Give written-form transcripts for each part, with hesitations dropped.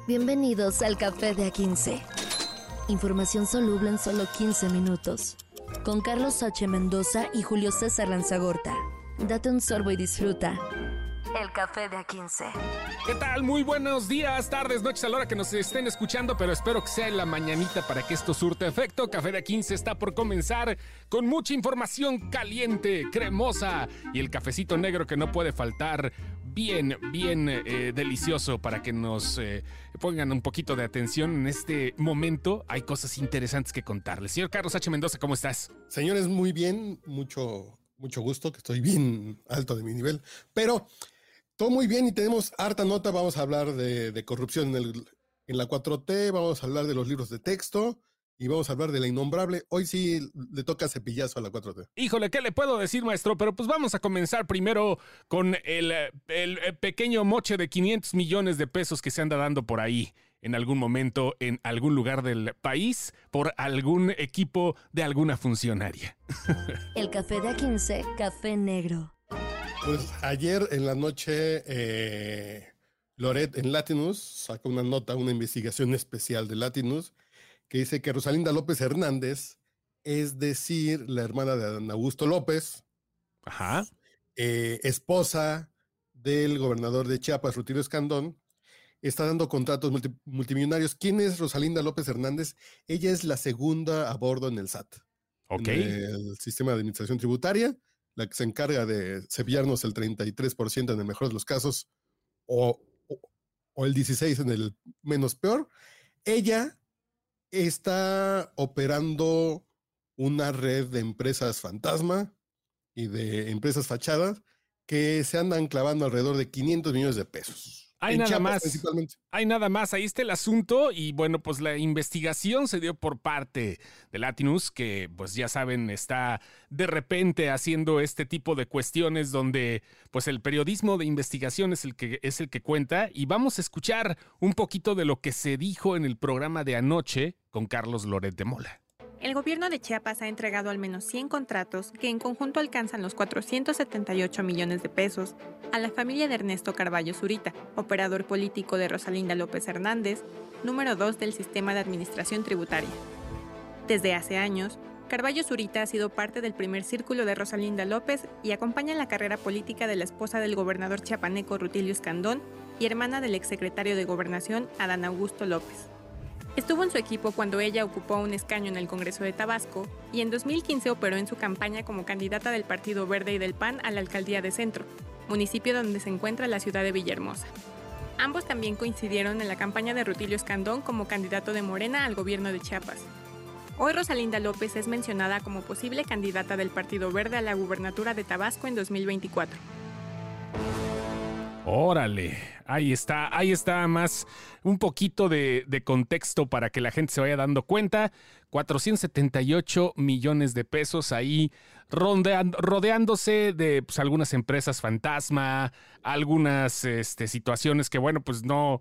Bienvenidos al Café de A15. Información soluble en solo 15 minutos. Con Carlos H. Mendoza y Julio César Lanzagorta. Date un sorbo y disfruta. El Café de A15. ¿Qué tal? Muy buenos días, tardes, noches a la hora que nos estén escuchando, pero espero que sea en la mañanita para que esto surta efecto. Café de A15 está por comenzar con mucha información caliente, cremosa y el cafecito negro que no puede faltar. Bien delicioso para que nos pongan un poquito de atención en este momento. Hay cosas interesantes que contarles. Señor Carlos H. Mendoza, ¿cómo estás? Señores, muy bien, mucho gusto, que estoy bien alto de mi nivel, pero todo muy bien y tenemos harta nota. Vamos a hablar de corrupción en la 4T, vamos a hablar de los libros de texto y vamos a hablar de la innombrable. Hoy sí le toca cepillazo a la 4T. Híjole, ¿qué le puedo decir, maestro? Pero pues vamos a comenzar primero con el pequeño moche de 500 millones de pesos que se anda dando por ahí en algún momento, en algún lugar del país, por algún equipo de alguna funcionaria. El Café de A15, Café Negro. Pues ayer en la noche, Loret en Latinus sacó una nota, una investigación especial de Latinus, que dice que Rosalinda López Hernández, es decir, la hermana de Adán Augusto López, Ajá. Esposa del gobernador de Chiapas, Rutilio Escandón, está dando contratos multimillonarios. ¿Quién es Rosalinda López Hernández? Ella es la segunda a bordo en el SAT, Ok. en el sistema de administración tributaria, la que se encarga de cepillarnos el 33% en el mejor de los casos, o el 16% en el menos peor. Ella está operando una red de empresas fantasma y de empresas fachadas que se andan clavando alrededor de 500 millones de pesos. Hay En nada Chiapas, más. principalmente. Hay nada más, ahí está el asunto y bueno, pues la investigación se dio por parte de Latinus, que pues ya saben, está de repente haciendo este tipo de cuestiones donde pues el periodismo de investigación es el que cuenta, y vamos a escuchar un poquito de lo que se dijo en el programa de anoche con Carlos Loret de Mola. El gobierno de Chiapas ha entregado al menos 100 contratos que en conjunto alcanzan los 478 millones de pesos a la familia de Ernesto Carballo Zurita, operador político de Rosalinda López Hernández, número 2 del sistema de administración tributaria. Desde hace años, Carballo Zurita ha sido parte del primer círculo de Rosalinda López y acompaña la carrera política de la esposa del gobernador chiapaneco Rutilio Escandón y hermana del exsecretario de Gobernación Adán Augusto López. Estuvo en su equipo cuando ella ocupó un escaño en el Congreso de Tabasco y en 2015 operó en su campaña como candidata del Partido Verde y del PAN a la alcaldía de Centro, municipio donde se encuentra la ciudad de Villahermosa. Ambos también coincidieron en la campaña de Rutilio Escandón como candidato de Morena al gobierno de Chiapas. Hoy Rosalinda López es mencionada como posible candidata del Partido Verde a la gubernatura de Tabasco en 2024. Órale, ahí está más un poquito de contexto para que la gente se vaya dando cuenta. 478 millones de pesos ahí rodeándose de pues, algunas empresas fantasma, algunas situaciones que bueno, pues no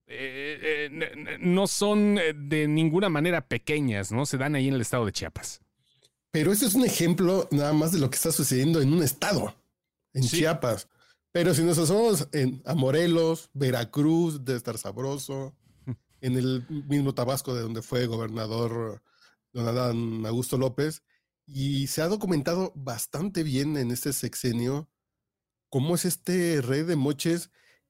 son de ninguna manera pequeñas, ¿no? Se dan ahí en el estado de Chiapas. Pero ese es un ejemplo nada más de lo que está sucediendo en un estado, en Chiapas. Pero si nos asomamos a Morelos, Veracruz, de estar sabroso, en el mismo Tabasco, de donde fue gobernador don Adán Augusto López, y se ha documentado bastante bien en este sexenio cómo es este red de moches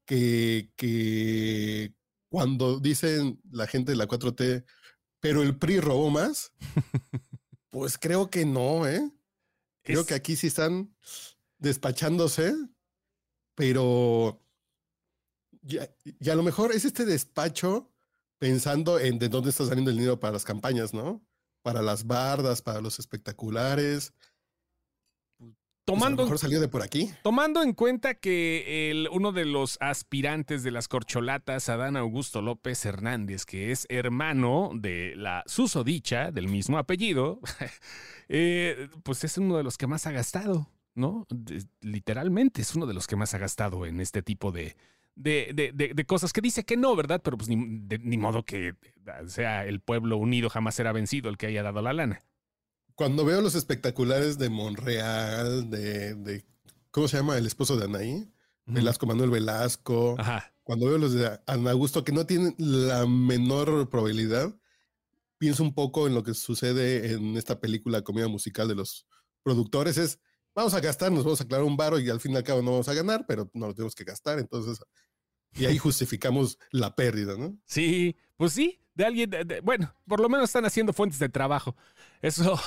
que cuando dicen la gente de la 4T, pero el PRI robó más, pues creo que no, ¿eh? Creo que aquí sí están despachándose. Pero ya a lo mejor es este despacho pensando en de dónde está saliendo el dinero para las campañas, ¿no? Para las bardas, para los espectaculares. Pues a lo mejor salió de por aquí. Tomando en cuenta que uno de los aspirantes de las corcholatas, Adán Augusto López Hernández, que es hermano de la susodicha del mismo apellido, pues es uno de los que más ha gastado, ¿no? Literalmente es uno de los que más ha gastado en este tipo de cosas que dice que no, ¿verdad? Pero pues ni modo que sea el pueblo unido jamás será vencido el que haya dado la lana. Cuando veo los espectaculares de Monreal, ¿cómo se llama el esposo de Anaí? Velasco, Manuel Velasco. Ajá. Cuando veo los de Ana Augusto, que no tienen la menor probabilidad, pienso un poco en lo que sucede en esta película comedia musical de los productores. Es, vamos a gastar, nos vamos a aclarar un varo y al fin y al cabo no vamos a ganar, pero no lo tenemos que gastar. Entonces, y ahí justificamos la pérdida, ¿no? Sí, pues sí, de alguien, bueno, por lo menos están haciendo fuentes de trabajo. Eso,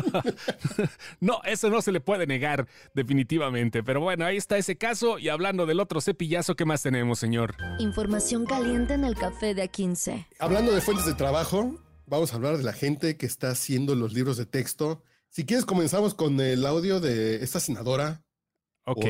no, eso no se le puede negar definitivamente. Pero bueno, ahí está ese caso. Y hablando del otro cepillazo, ¿qué más tenemos, señor? Información caliente en el café de A15. Hablando de fuentes de trabajo, vamos a hablar de la gente que está haciendo los libros de texto. Si quieres, comenzamos con el audio de esta senadora. Ok.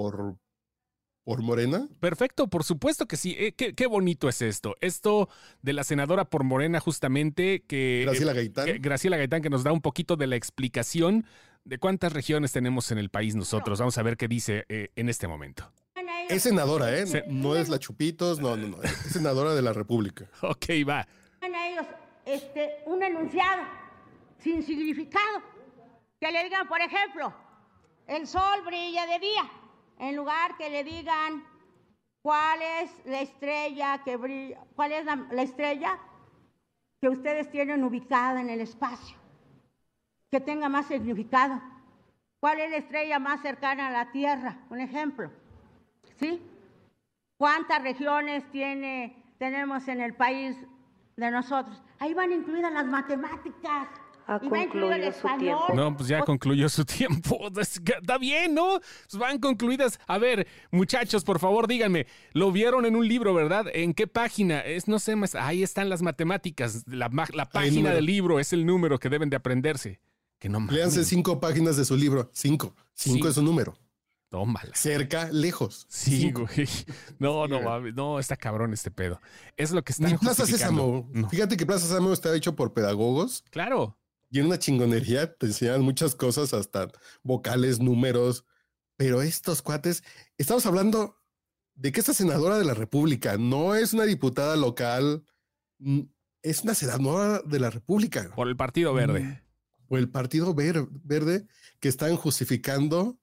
Por Morena. Perfecto, por supuesto que sí. Qué bonito es esto. Esto de la senadora por Morena, justamente, que Graciela Gaitán. Graciela Gaitán, que nos da un poquito de la explicación de cuántas regiones tenemos en el país nosotros. Vamos a ver qué dice en este momento. Es senadora, ¿eh? No es la Chupitos, no. Es senadora de la República. Ok, va. A ellos un enunciado sin significado. Que le digan, por ejemplo, el sol brilla de día. En lugar que le digan cuál es la estrella que brilla, cuál es la estrella que ustedes tienen ubicada en el espacio, que tenga más significado. ¿Cuál es la estrella más cercana a la Tierra? Un ejemplo, ¿sí? ¿Cuántas regiones tenemos en el país de nosotros? Ahí van incluidas las matemáticas. Y va incluido el español. No, pues ya concluyó su tiempo. Está bien, ¿no? Pues van concluidas. A ver, muchachos, por favor, díganme. Lo vieron en un libro, ¿verdad? ¿En qué página? No sé, ahí están las matemáticas. La página del libro es el número que deben de aprenderse. Que no mames. Léanse 5 páginas de su libro. 5 es un número. Tómala. Cerca, lejos. Sí, 5. güey. No, está cabrón este pedo. Es lo que están Y Plaza justificando. Sésamo. No. Fíjate que Plaza Sésamo está hecho por pedagogos. Claro. Y en una chingonería te enseñan muchas cosas, hasta vocales, números. Pero estos cuates, estamos hablando de que esta senadora de la República no es una diputada local, es una senadora de la República. Por el Partido Verde. Por el Partido Verde, que están justificando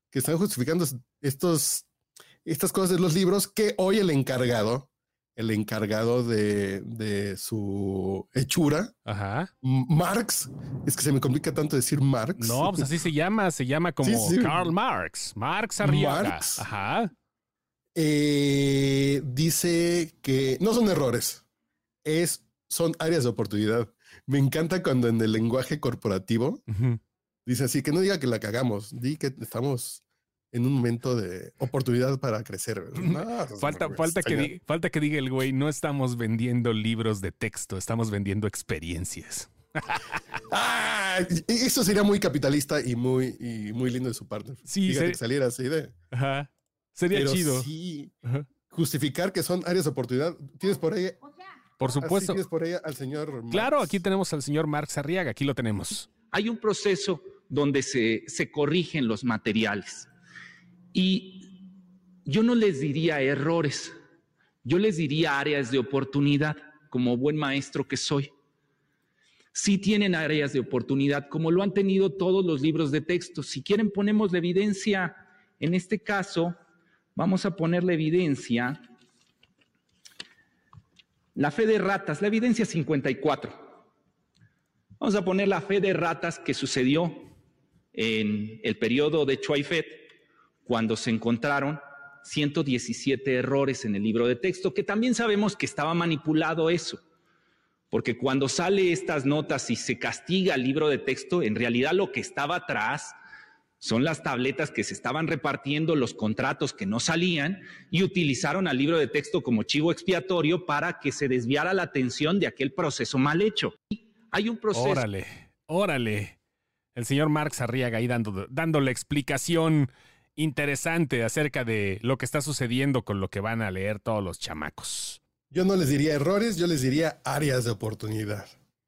estas cosas de los libros, que hoy el encargado de su hechura, Ajá. Marx, es que se me complica tanto decir Marx. No, pues así se llama como Sí. Karl Marx. Marx Arriaga. Marx. Ajá. Dice que no son errores, son áreas de oportunidad. Me encanta cuando en el lenguaje corporativo dice así, que no diga que la cagamos, di que estamos en un momento de oportunidad para crecer. No, falta que diga el güey, no estamos vendiendo libros de texto, estamos vendiendo experiencias. Eso sería muy capitalista y muy lindo de su parte. Sí, fíjate que saliera así de... Ajá. Sería chido. Sí, Ajá. justificar que son áreas de oportunidad. Tienes por ahí... Por supuesto. Tienes por ahí al señor Marx. Claro, aquí tenemos al señor Marx Arriaga, aquí lo tenemos. Hay un proceso donde se corrigen los materiales. Y yo no les diría errores, yo les diría áreas de oportunidad, como buen maestro que soy. Sí tienen áreas de oportunidad, como lo han tenido todos los libros de texto. Si quieren, ponemos la evidencia. En este caso, vamos a poner la evidencia. La fe de ratas, la evidencia 54. Vamos a poner la fe de ratas que sucedió en el periodo de Chuaifet, cuando se encontraron 117 errores en el libro de texto, que también sabemos que estaba manipulado eso, porque cuando sale estas notas y se castiga el libro de texto, en realidad lo que estaba atrás son las tabletas que se estaban repartiendo, los contratos que no salían, y utilizaron al libro de texto como chivo expiatorio para que se desviara la atención de aquel proceso mal hecho. Hay un proceso... Órale. El señor Marx Arriaga ahí dando la explicación interesante acerca de lo que está sucediendo con lo que van a leer todos los chamacos. Yo no les diría errores, yo les diría áreas de oportunidad.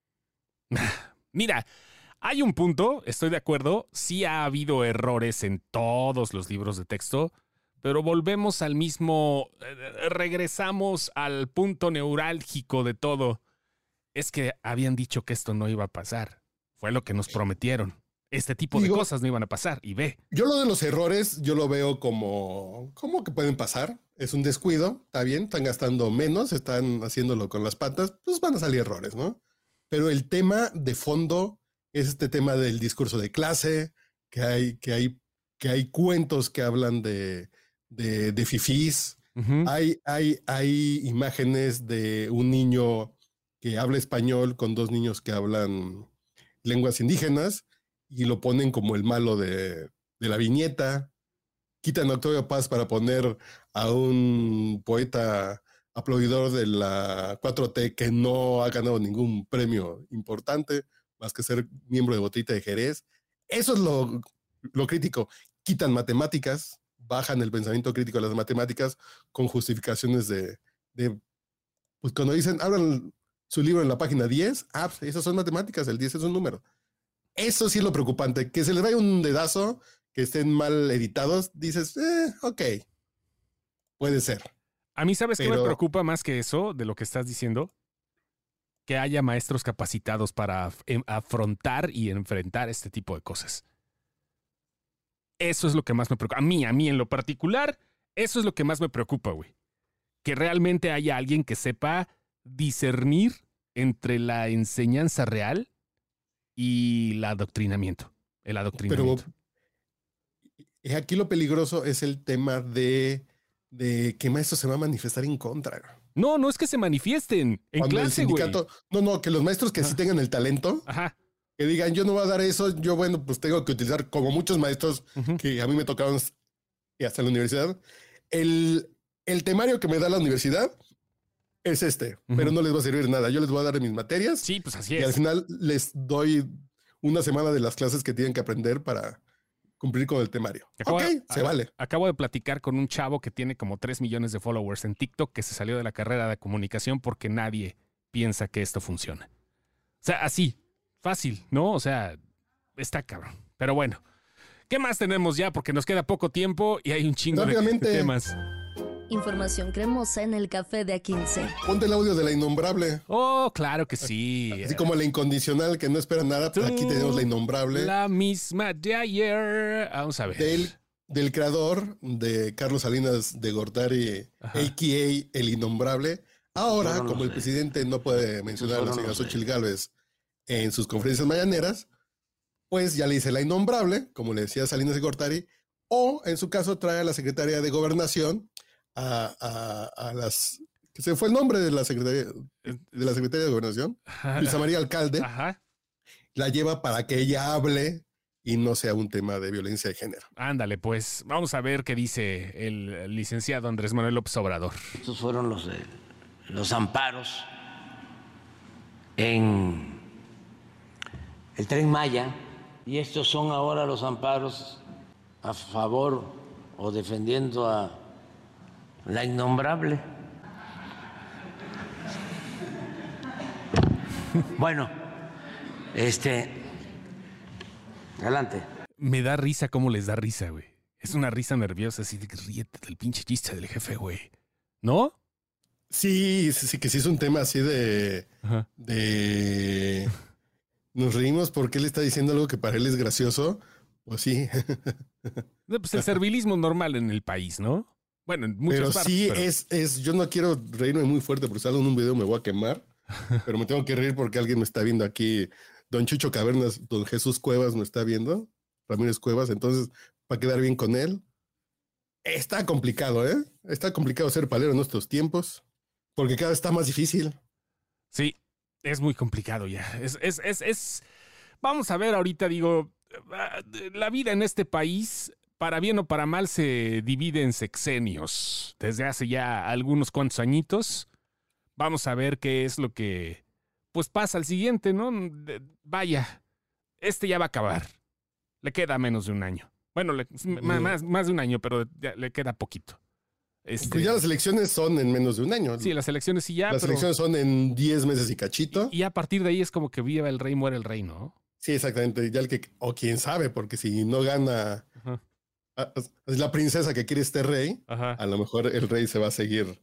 Mira, hay un punto, estoy de acuerdo, sí ha habido errores en todos los libros de texto, pero volvemos al mismo, regresamos al punto neurálgico de todo. Es que habían dicho que esto no iba a pasar. Fue lo que nos prometieron. este tipo de cosas no iban a pasar. Y ve. Yo lo de los errores, yo lo veo como que pueden pasar. Es un descuido, está bien, están gastando menos, están haciéndolo con las patas, pues van a salir errores, ¿no? Pero el tema de fondo es este tema del discurso de clase, que hay cuentos que hablan de fifís. Uh-huh. Hay imágenes de un niño que habla español con dos niños que hablan lenguas indígenas y lo ponen como el malo de la viñeta. Quitan a Octavio Paz para poner a un poeta aplaudidor de la 4T que no ha ganado ningún premio importante, más que ser miembro de Botellita de Jerez. Eso es lo crítico. Quitan matemáticas, bajan el pensamiento crítico de las matemáticas con justificaciones de pues cuando dicen, abran su libro en la página 10, pues esas son matemáticas, el 10 es un número. Eso sí es lo preocupante, que se les vaya un dedazo, que estén mal editados, dices, ok, puede ser. A mí, ¿sabes qué me preocupa más que eso, de lo que estás diciendo? Que haya maestros capacitados para afrontar y enfrentar este tipo de cosas. Eso es lo que más me preocupa. A mí en lo particular, eso es lo que más me preocupa, güey. Que realmente haya alguien que sepa discernir entre la enseñanza real y el adoctrinamiento. Pero aquí lo peligroso es el tema de que maestro se va a manifestar en contra. No es que se manifiesten en cuando clase, el sindicato, güey. No, que los maestros que sí tengan el talento, que digan, yo no voy a dar eso, yo, bueno, pues tengo que utilizar, como muchos maestros que a mí me tocaron y hasta en la universidad, el temario que me da la universidad es pero no les va a servir nada. Yo les voy a dar mis materias. Sí, pues así es. Y al final les doy una semana de las clases que tienen que aprender para cumplir con el temario. Se vale. Acabo de platicar con un chavo que tiene como 3 millones de followers en TikTok que se salió de la carrera de comunicación porque nadie piensa que esto funciona. O sea, así, fácil, ¿no? O sea, está cabrón. Pero bueno, ¿qué más tenemos ya? Porque nos queda poco tiempo y hay un chingo de temas. Información cremosa en el café de A15. Ponte el audio de La Innombrable. Oh, claro que sí. Así como La Incondicional, que no espera nada, pero aquí tenemos La Innombrable. La misma de ayer. Vamos a ver. Del creador de Carlos Salinas de Gortari, a.k.a. El Innombrable. Ahora, como el presidente no puede mencionar a la señora Xóchitl Gálvez en sus conferencias mañaneras, pues ya le dice La Innombrable, como le decía Salinas de Gortari, o en su caso trae a la secretaria de Gobernación, a las que se fue el nombre de la secretaria de Gobernación, Luisa María Alcalde, la lleva para que ella hable y no sea un tema de violencia de género. Ándale, pues vamos a ver qué dice el licenciado Andrés Manuel López Obrador. Estos fueron los amparos en el Tren Maya y estos son ahora los amparos a favor o defendiendo a La Innombrable. Bueno, adelante. Me da risa cómo les da risa, güey. Es una risa nerviosa, así de que ríete del pinche chiste del jefe, güey. ¿No? Sí, que sí es un tema así de nos reímos porque él está diciendo algo que para él es gracioso. Pues sí. Pues el servilismo normal en el país, ¿no? Bueno, en muchas partes. Sí, pero sí, yo no quiero reírme muy fuerte porque si salgo en un video me voy a quemar, pero me tengo que reír porque alguien me está viendo aquí. Don Chucho Cavernas, don Jesús Cuevas me está viendo, Ramírez Cuevas, entonces, para quedar bien con él. Está complicado, ¿eh? Está complicado ser palero en estos tiempos, porque cada vez está más difícil. Sí, es muy complicado ya. Vamos a ver ahorita, digo, la vida en este país, para bien o para mal, se divide en sexenios. Desde hace ya algunos cuantos añitos. Vamos a ver qué es lo que pues pasa al siguiente, ¿no? Vaya, ya va a acabar. Le queda menos de un año. Bueno, más de un año, pero ya le queda poquito. Pues ya las elecciones son en menos de un año. Sí, las elecciones sí ya. Las elecciones son en 10 meses y cachito. Y a partir de ahí es como que viva el rey, muere el rey, ¿no? Sí, exactamente. Ya o quién sabe, porque si no gana la princesa que quiere este rey, a lo mejor el rey se va a seguir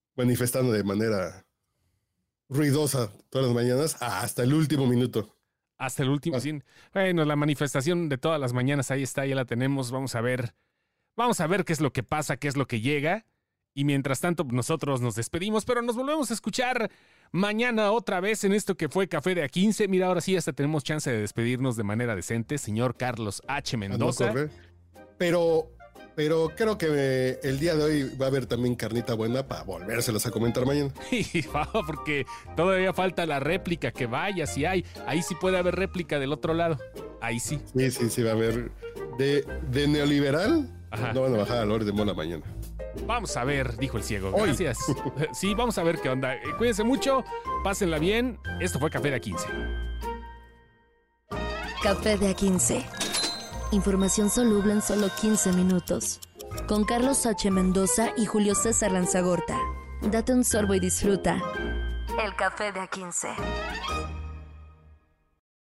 manifestando de manera ruidosa todas las mañanas hasta el último minuto. Hasta el último. Sí. Bueno, la manifestación de todas las mañanas, ahí está, ya la tenemos. Vamos a ver qué es lo que pasa, qué es lo que llega. Y mientras tanto, nosotros nos despedimos, pero nos volvemos a escuchar mañana otra vez en esto que fue Café de A15. Mira, ahora sí hasta tenemos chance de despedirnos de manera decente, señor Carlos H. Mendoza. Pero creo que el día de hoy va a haber también carnita buena para volvérselas a comentar mañana. Porque todavía falta la réplica, que vaya, si hay. Ahí sí puede haber réplica del otro lado. Ahí sí. Sí, va a haber. De neoliberal, ajá, no van a bajar a Lores de Mola mañana. Vamos a ver, dijo el ciego. Gracias. Sí, vamos a ver qué onda. Cuídense mucho, pásenla bien. Esto fue Café de A15. Café de A15. Información soluble en solo 15 minutos. Con Carlos H. Mendoza y Julio César Lanzagorta. Date un sorbo y disfruta. El Café de A15.